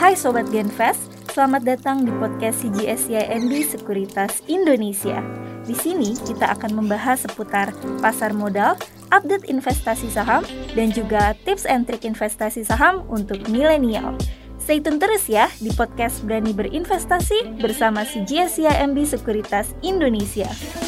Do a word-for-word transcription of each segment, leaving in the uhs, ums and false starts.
Hai Sobat Genvest, selamat datang di podcast C G S C I M B Sekuritas Indonesia. Di sini kita akan membahas seputar pasar modal, update investasi saham, dan juga tips and trik investasi saham untuk milenial. Stay tune terus ya di podcast Berani Berinvestasi bersama C G S C I M B Sekuritas Indonesia.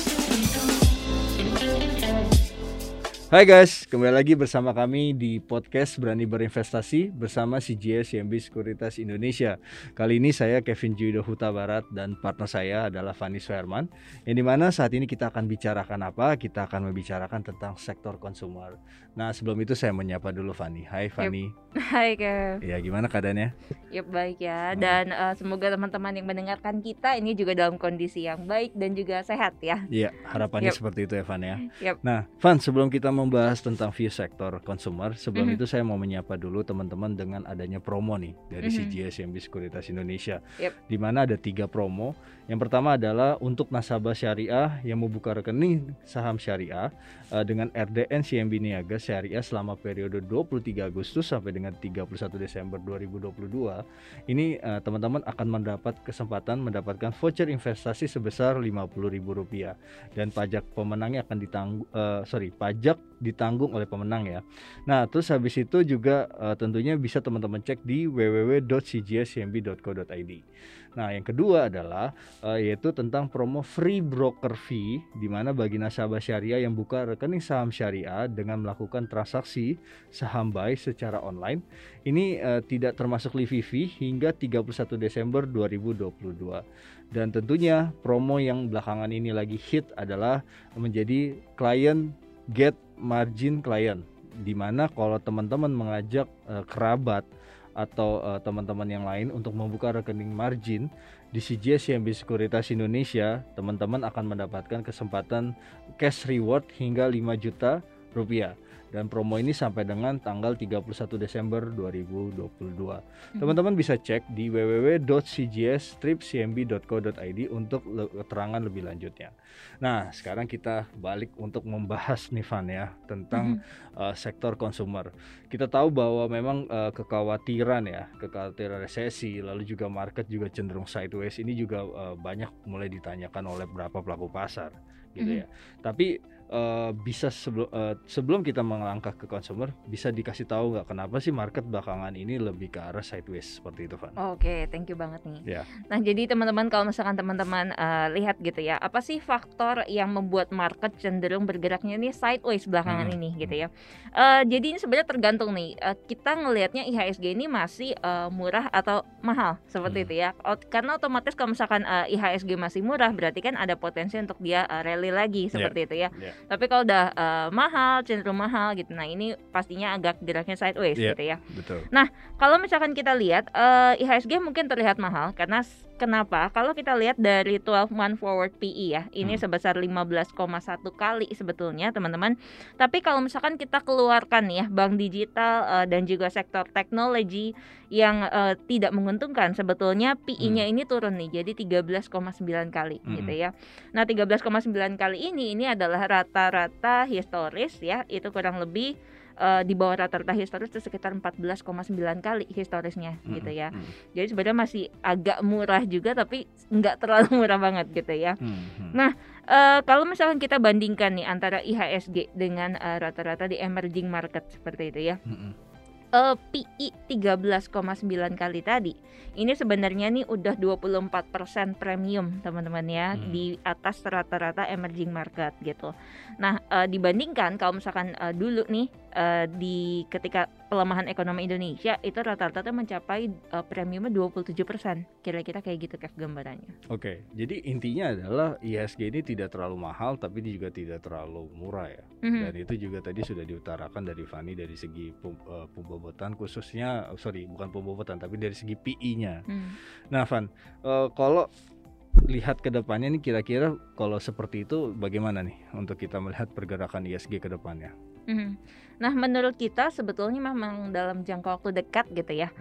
Hai guys, kembali lagi bersama kami di podcast Berani Berinvestasi bersama C G S C I M B Sekuritas Indonesia. Kali ini saya Kevin Judo Huta Barat dan partner saya adalah Fanny Suherman. Yang dimana saat ini kita akan bicarakan apa? Kita akan membicarakan tentang sektor konsumer. Nah sebelum itu saya menyapa dulu Fanny. Hai Fanny. Yep. Hai Kev. Ya gimana keadaannya? Yep, baik ya. Dan uh, semoga teman-teman yang mendengarkan kita ini juga dalam kondisi yang baik dan juga sehat ya. Iya, harapannya Yep. seperti itu ya Fan ya. Yep. Nah Fan, sebelum kita membahas tentang view sektor consumer, sebelum Mhm. itu saya mau menyapa dulu teman-teman dengan adanya promo nih dari Mhm. C G S C I M B Sekuritas Indonesia. Yep. Di mana ada tiga promo. Yang pertama adalah untuk nasabah syariah yang membuka rekening saham syariah uh, dengan R D N C I M B Niaga Syariah selama periode dua puluh tiga Agustus sampai dengan tiga puluh satu Desember dua ribu dua puluh dua. Ini uh, teman-teman akan mendapat kesempatan mendapatkan voucher investasi sebesar lima puluh ribu rupiah dan pajak pemenangnya akan ditanggung uh, sorry pajak ditanggung oleh pemenang ya. Nah terus habis itu juga uh, tentunya bisa teman-teman cek di w w w dot c g s c m b dot co dot i d. Nah yang kedua adalah uh, yaitu tentang promo free broker fee, di mana bagi nasabah syariah yang buka rekening saham syariah dengan melakukan transaksi saham buy secara online ini uh, tidak termasuk levy fee hingga tiga puluh satu Desember dua ribu dua puluh dua. Dan tentunya promo yang belakangan ini lagi hit adalah menjadi client get margin client, di mana kalau teman-teman mengajak uh, kerabat atau uh, teman-teman yang lain untuk membuka rekening margin di C G S C I M B Sekuritas Indonesia, teman-teman akan mendapatkan kesempatan cash reward hingga lima juta rupiah. Dan promo ini sampai dengan tanggal tiga puluh satu Desember dua ribu dua puluh dua. Hmm. Teman-teman bisa cek di w w w dot c g s c m b dot co dot i d untuk le- keterangan lebih lanjutnya. Nah, sekarang kita balik untuk membahas nih Van ya tentang hmm. uh, sektor consumer. Kita tahu bahwa memang uh, kekhawatiran ya, kekhawatiran resesi, lalu juga market juga cenderung sideways ini juga uh, banyak mulai ditanyakan oleh beberapa pelaku pasar gitu ya. Mm-hmm. Tapi uh, bisa sebelum uh, sebelum kita melangkah ke consumer, bisa dikasih tahu nggak kenapa sih market belakangan ini lebih ke arah sideways seperti itu, Van? Oke, okay, thank you banget nih. Yeah. Nah, jadi teman-teman kalau misalkan teman-teman uh, lihat gitu ya, apa sih faktor yang membuat market cenderung bergeraknya nih sideways belakangan hmm. ini gitu ya? Uh, jadi ini sebenarnya tergantung nih. Uh, kita ngelihatnya I H S G ini masih uh, murah atau mahal seperti hmm. itu ya. Karena otomatis kalau misalkan uh, I H S G masih murah, berarti kan ada potensi untuk dia uh, rally lagi seperti yeah. itu ya. Yeah. Tapi kalau udah uh, mahal, cenderung mahal gitu. Nah, ini pastinya agak geraknya sideways yeah. gitu ya. Betul. Nah, kalau misalkan kita lihat uh, I H S G mungkin terlihat mahal karena kenapa? Kalau kita lihat dari twelve month forward P E ya, ini hmm. sebesar lima belas koma satu kali sebetulnya, teman-teman. Tapi kalau misalkan kita keluarkan ya bank digital uh, dan juga sektor teknologi yang uh, tidak menguntungkan, sebetulnya P E-nya hmm. ini turun nih jadi tiga belas koma sembilan kali hmm. gitu ya. Nah, tiga belas koma sembilan kali ini ini adalah rata-rata historis ya, itu kurang lebih Uh, di bawah rata-rata historis itu sekitar empat belas koma sembilan kali historisnya mm-hmm. gitu ya. Mm-hmm. Jadi sebenarnya masih agak murah juga tapi nggak terlalu murah banget gitu ya. Mm-hmm. Nah uh, kalau misalkan kita bandingkan nih antara I H S G dengan uh, rata-rata di emerging market seperti itu ya. Mm-hmm. Uh, P E tiga belas koma sembilan kali tadi ini sebenarnya nih udah dua puluh empat persen premium teman-teman ya hmm. di atas rata-rata emerging market gitu. Nah uh, dibandingkan kalau misalkan uh, dulu nih uh, di ketika pelemahan ekonomi Indonesia itu rata-rata mencapai uh, premiumnya dua puluh tujuh persen. Kira-kira kayak gitu Kev gambarannya. Oke, jadi intinya adalah I H S G ini tidak terlalu mahal tapi juga tidak terlalu murah ya. Mm-hmm. Dan itu juga tadi sudah diutarakan dari Fanny dari segi pem, uh, pembobotan khususnya, oh, sorry bukan pembobotan tapi dari segi P E-nya. Mm. Nah Van, uh, kalau lihat ke depannya nih kira-kira kalau seperti itu bagaimana nih untuk kita melihat pergerakan I H S G ke depannya? Mm-hmm. Nah menurut kita sebetulnya memang dalam jangka waktu dekat gitu ya,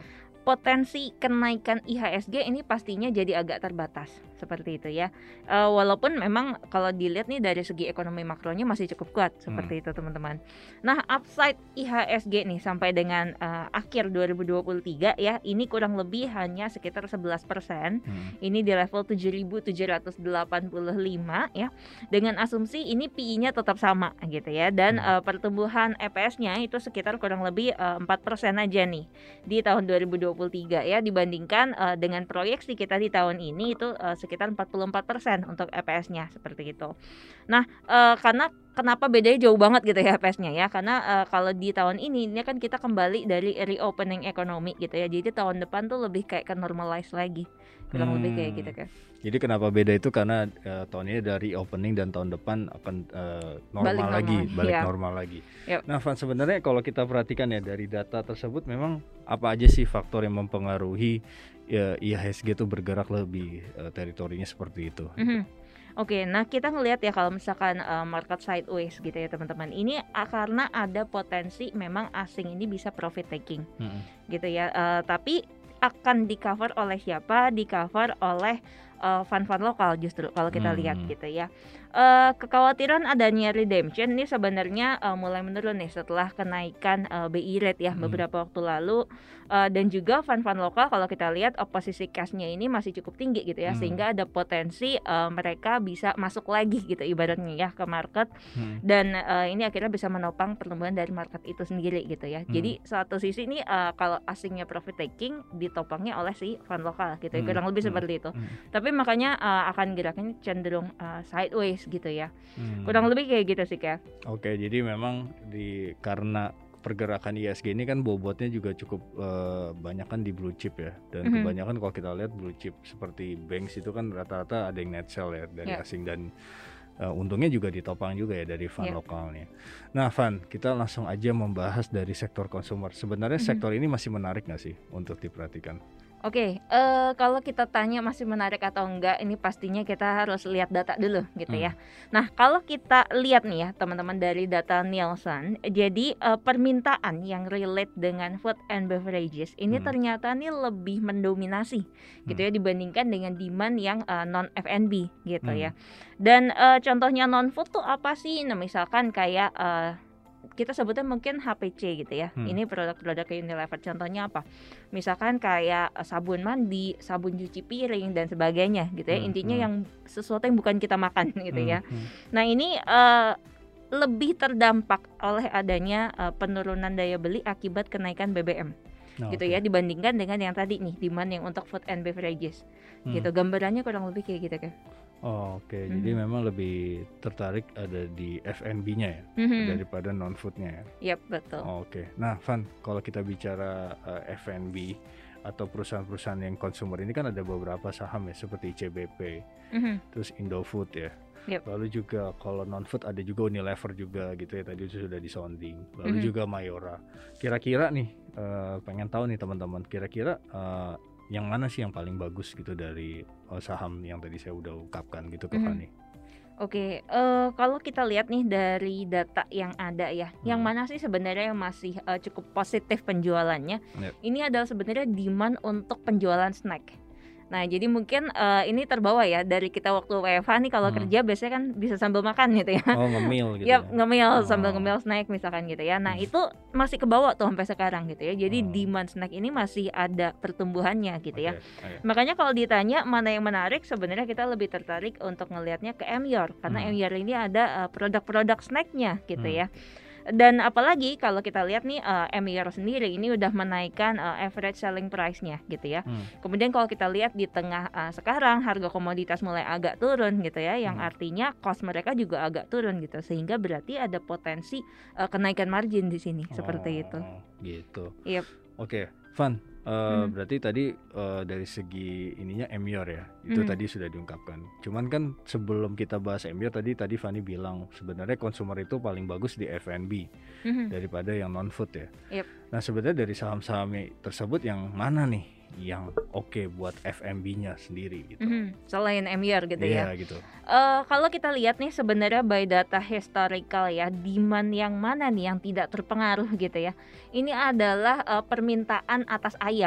potensi kenaikan I H S G ini pastinya jadi agak terbatas seperti itu ya. Uh, walaupun memang kalau dilihat nih dari segi ekonomi makronya masih cukup kuat seperti hmm. itu teman-teman. Nah, upside I H S G nih sampai dengan uh, akhir dua ribu dua puluh tiga ya, ini kurang lebih hanya sekitar sebelas persen. Hmm. Ini di level tujuh ribu tujuh ratus delapan puluh lima ya. Dengan asumsi ini P I-nya tetap sama gitu ya, dan hmm. uh, pertumbuhan E P S-nya itu sekitar kurang lebih uh, empat persen aja nih di tahun dua ribu dua puluh tiga ya, dibandingkan uh, dengan proyeksi kita di tahun ini itu uh, sekitar empat puluh empat persen untuk E P S-nya seperti itu. Nah, uh, karena kenapa bedanya jauh banget gitu ya E P S-nya ya? Karena uh, kalau di tahun ini ini kan kita kembali dari reopening ekonomi gitu ya. Jadi tahun depan tuh lebih kayak ke normalize lagi. Kurang hmm. lebih kayak gitu kan. Jadi kenapa beda itu karena uh, tahun ini dari opening dan tahun depan akan uh, normal balik lagi, normal. balik ya. normal lagi. Yep. Nah, Van, sebenarnya kalau kita perhatikan ya dari data tersebut memang apa aja sih faktor yang mempengaruhi ya, I H S G itu bergerak lebih uh, teritorinya seperti itu. Mm-hmm. Oke, okay, nah kita ngelihat ya kalau misalkan uh, market sideways gitu ya teman-teman, ini uh, karena ada potensi memang asing ini bisa profit taking, mm-hmm. gitu ya. Uh, tapi akan di cover oleh siapa? Di cover oleh uh, fund-fund lokal justru kalau kita hmm. lihat gitu ya. Uh, kekhawatiran adanya redemption ini sebenarnya uh, mulai menurun nih setelah kenaikan uh, B I rate ya hmm. beberapa waktu lalu, uh, dan juga fund-fund lokal kalau kita lihat posisi cash-nya ini masih cukup tinggi gitu ya, hmm. sehingga ada potensi uh, mereka bisa masuk lagi gitu ibaratnya ya ke market, hmm. dan uh, ini akhirnya bisa menopang pertumbuhan dari market itu sendiri gitu ya. Hmm. Jadi satu sisi ini uh, kalau asingnya profit taking ditopangnya oleh si fund lokal gitu ya, hmm. kurang lebih hmm. seperti itu. Hmm. Tapi makanya uh, akan geraknya cenderung uh, sideways gitu ya, hmm. kurang lebih kayak gitu sih Kev. Oke, jadi memang di karena pergerakan I H S G ini kan bobotnya juga cukup uh, banyak kan di blue chip ya, dan mm-hmm. kebanyakan kalau kita lihat blue chip seperti banks itu kan rata-rata ada yang net sell ya dari yeah. asing, dan uh, untungnya juga ditopang juga ya dari fund yeah. lokalnya. Nah, Van, kita langsung aja membahas dari sektor consumer. Sebenarnya mm-hmm. sektor ini masih menarik nggak sih untuk diperhatikan? Oke, okay, uh, kalau kita tanya masih menarik atau enggak, ini pastinya kita harus lihat data dulu gitu hmm. ya. Nah, kalau kita lihat nih ya teman-teman dari data Nielsen, jadi uh, permintaan yang relate dengan food and beverages ini hmm. ternyata nih lebih mendominasi hmm. gitu ya dibandingkan dengan demand yang uh, non F and B gitu hmm. ya. Dan uh, contohnya non food tuh apa sih? Nah, misalkan kayak uh, kita sebutnya mungkin H P C gitu ya. Hmm. Ini produk-produk Unilever. Contohnya apa? Misalkan kayak sabun mandi, sabun cuci piring dan sebagainya gitu ya. Hmm. Intinya hmm. yang sesuatu yang bukan kita makan gitu hmm. ya. Hmm. Nah, ini uh, lebih terdampak oleh adanya uh, penurunan daya beli akibat kenaikan B B M. Oh, gitu okay. ya, dibandingkan dengan yang tadi nih demand yang untuk food and beverages. Hmm. Gitu. Gambarannya kurang lebih kayak gitu kan. Oh, oke, okay. mm-hmm. jadi memang lebih tertarik ada di F and B-nya ya mm-hmm. daripada non-foodnya ya. Yap, betul. Oh, oke, okay. Nah, Van, kalau kita bicara uh, F and B atau perusahaan-perusahaan yang consumer ini kan ada beberapa saham ya seperti C B P, mm-hmm. terus Indofood ya. Yep. Lalu juga kalau non-food ada juga Unilever juga gitu ya, tadi sudah disonding. Lalu mm-hmm. juga Mayora. Kira-kira nih uh, pengen tahu nih teman-teman, kira-kira uh, yang mana sih yang paling bagus gitu dari uh, saham yang tadi saya udah ungkapkan gitu ke Fani? Mm-hmm. Oke, okay, uh, kalau kita lihat nih dari data yang ada ya, hmm. yang mana sih sebenarnya yang masih uh, cukup positif penjualannya? Yep. Ini adalah sebenarnya demand untuk penjualan snack. Nah, jadi mungkin uh, ini terbawa ya dari kita waktu W F H nih kalau hmm. kerja biasanya kan bisa sambil makan gitu ya. Oh, ngemil gitu. Yap, ya, ngemil oh. sambil ngemil snack misalkan gitu ya. Nah, hmm. itu masih kebawa tuh sampai sekarang gitu ya. Jadi oh. demand snack ini masih ada pertumbuhannya gitu okay. ya. Okay. Makanya kalau ditanya mana yang menarik, sebenarnya kita lebih tertarik untuk ngelihatnya ke Emyor karena hmm. Emyor ini ada uh, produk-produk snacknya gitu hmm. ya. Dan apalagi kalau kita lihat nih uh, Emyor sendiri ini udah menaikkan uh, average selling price-nya gitu ya. Hmm. Kemudian kalau kita lihat di tengah uh, sekarang harga komoditas mulai agak turun gitu ya, yang hmm. artinya cost mereka juga agak turun gitu, sehingga berarti ada potensi uh, kenaikan margin di sini oh, seperti itu. Gitu. Yep. Oke, Van, uh, hmm. berarti tadi uh, dari segi ininya Emyor ya, itu hmm. tadi sudah diungkapkan. Cuman kan sebelum kita bahas Emyor tadi tadi Fani bilang sebenarnya consumer itu paling bagus di F and B hmm. daripada yang non food ya. Yep. Nah, sebenarnya dari saham-saham tersebut yang mana nih yang oke okay buat F and B-nya sendiri gitu. Mm-hmm. Selain Emyor gitu yeah, ya. gitu. Uh, kalau kita lihat nih sebenarnya by data historical ya, demand yang mana nih yang tidak terpengaruh gitu ya. Ini adalah uh, permintaan atas ayam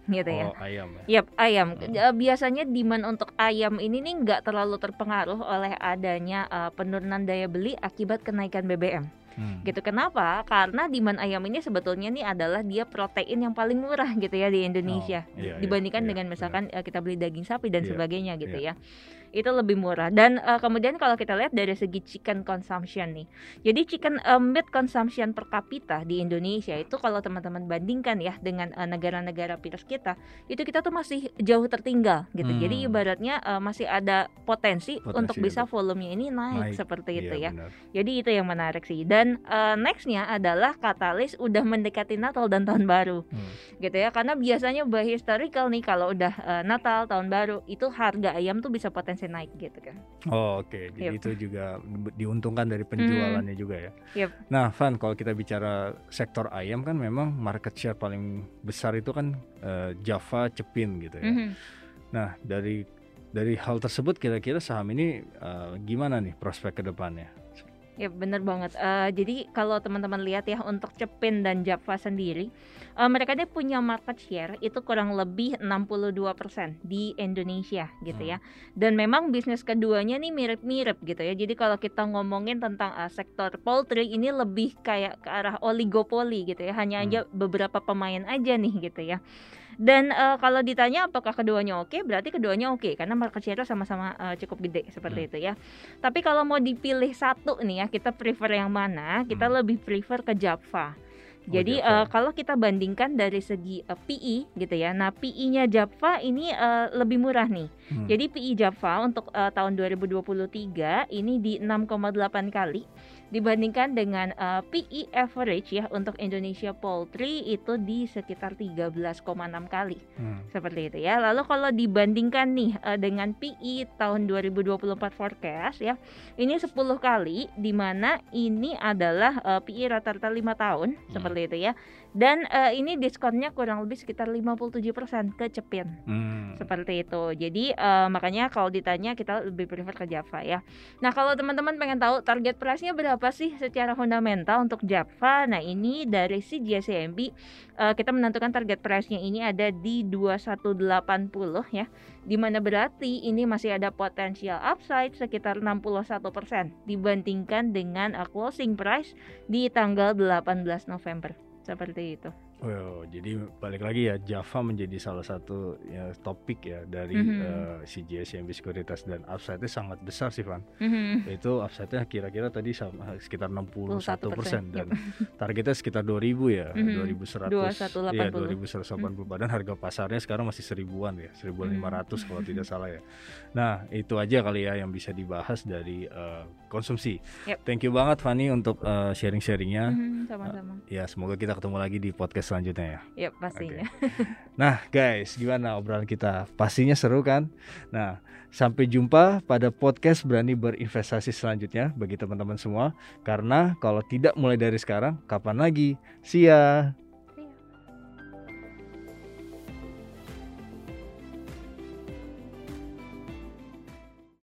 gitu ya. Oh, ayam ya. Yap, ayam. Oh. Eh, Biasanya demand untuk ayam ini nih nggak terlalu terpengaruh oleh adanya eh, penurunan daya beli akibat kenaikan B B M. Hmm. Gitu. Kenapa? Karena demand ayam ini sebetulnya nih adalah dia protein yang paling murah gitu ya di Indonesia Oh, iya, dibandingkan iya, dengan iya, misalkan eh, kita beli daging sapi dan Iya, sebagainya gitu iya. ya. Itu lebih murah. Dan eh, kemudian kalau kita lihat dari segi chicken consumption nih. Jadi chicken eh, meat consumption per kapita di Indonesia itu kalau teman-teman bandingkan ya dengan eh, negara-negara peers kita, itu kita tuh masih jauh tertinggal gitu. Hmm. Jadi ibaratnya eh, masih ada potensi, Potensi untuk bisa untuk volumenya ini naik, naik. seperti itu Iya, ya. benar. Jadi itu yang menarik sih. Dan uh, nextnya adalah katalis udah mendekati Natal dan Tahun Baru, Hmm. gitu ya. Karena biasanya by historical nih kalau udah uh, Natal Tahun Baru itu harga ayam tuh bisa potensi naik gitu kan. Oh, oke. Jadi Yep. itu juga b- diuntungkan dari penjualannya juga ya. Yep. Nah, Van, kalau kita bicara sektor ayam kan memang market share paling besar itu kan eh, Java, Cepin gitu ya. Mhm. Nah, dari dari hal tersebut kira-kira saham ini eh, gimana nih prospek ke depannya? Ya bener banget. Eh, jadi kalau teman-teman lihat ya untuk Cepin dan Java sendiri, eh, mereka ini punya market share itu kurang lebih enam puluh dua persen di Indonesia gitu Hmm. ya. Dan memang bisnis keduanya nih mirip-mirip gitu ya. Jadi kalau kita ngomongin tentang eh, sektor poultry ini lebih kayak ke arah oligopoli gitu ya. Hanya Hmm. aja beberapa pemain aja nih gitu ya. Dan eh, kalau ditanya apakah keduanya oke, berarti keduanya oke karena market share sama-sama eh, cukup gede seperti Hmm. itu ya. Tapi kalau mau dipilih satu nih ya, kita prefer yang mana? Kita Hmm. lebih prefer ke Java. Oh, Jadi Java. eh, kalau kita bandingkan dari segi eh, P E gitu ya. Nah, P E-nya Java ini eh, lebih murah nih. Hmm. Jadi P E Java untuk eh, tahun dua ribu dua puluh tiga ini di enam koma delapan kali dibandingkan dengan eh, P E average ya untuk Indonesia Poultry itu di sekitar tiga belas koma enam kali. Hmm. Seperti itu ya. Lalu kalau dibandingkan nih eh, dengan P E tahun dua ribu dua puluh empat forecast ya, ini sepuluh kali, di mana ini adalah eh, P E rata-rata lima tahun Hmm. seperti itu ya. Dan eh, ini diskonnya kurang lebih sekitar lima puluh tujuh persen ke Cepin. Hmm. Seperti itu. Jadi eh, makanya kalau ditanya kita lebih prefer ke Java ya. Nah, kalau teman-teman pengen tahu target price-nya berapa sih secara fundamental untuk Java? Nah, ini dari si J C M B eh, kita menentukan target price-nya ini ada di dua ribu seratus delapan puluh ya. Di mana berarti ini masih ada potensial upside sekitar enam puluh satu persen dibandingkan dengan uh, closing price di tanggal delapan belas November. Seperti itu. Oh, jadi balik lagi ya, Java menjadi salah satu ya, topik ya dari Mhm. eh, C G S C M B Sekuritas, dan upside-nya sangat besar sih, Van. Mhm. Itu upside-nya kira-kira tadi sama, sekitar enam puluh satu persen, persen, dan targetnya sekitar dua ribu ya, Mhm. dua ribu seratus. dua ribu seratus delapan Iya, puluh. dua ribu seratus delapan puluh. Padahal harga pasarnya sekarang masih seribuan ya, seribu lima ratus kalau tidak salah ya. Nah, itu aja kali ya yang bisa dibahas dari eh, konsumsi. Yep. Thank you banget Fanny untuk eh, sharing-sharingnya. Mhm, sama-sama. Ya, semoga kita ketemu lagi di podcast selanjutnya ya. Ya, pastinya. Nah guys, gimana obrolan kita? Pastinya seru kan? Nah, sampai jumpa pada podcast Berani Berinvestasi selanjutnya bagi teman-teman semua. Karena kalau tidak mulai dari sekarang, kapan lagi? See ya!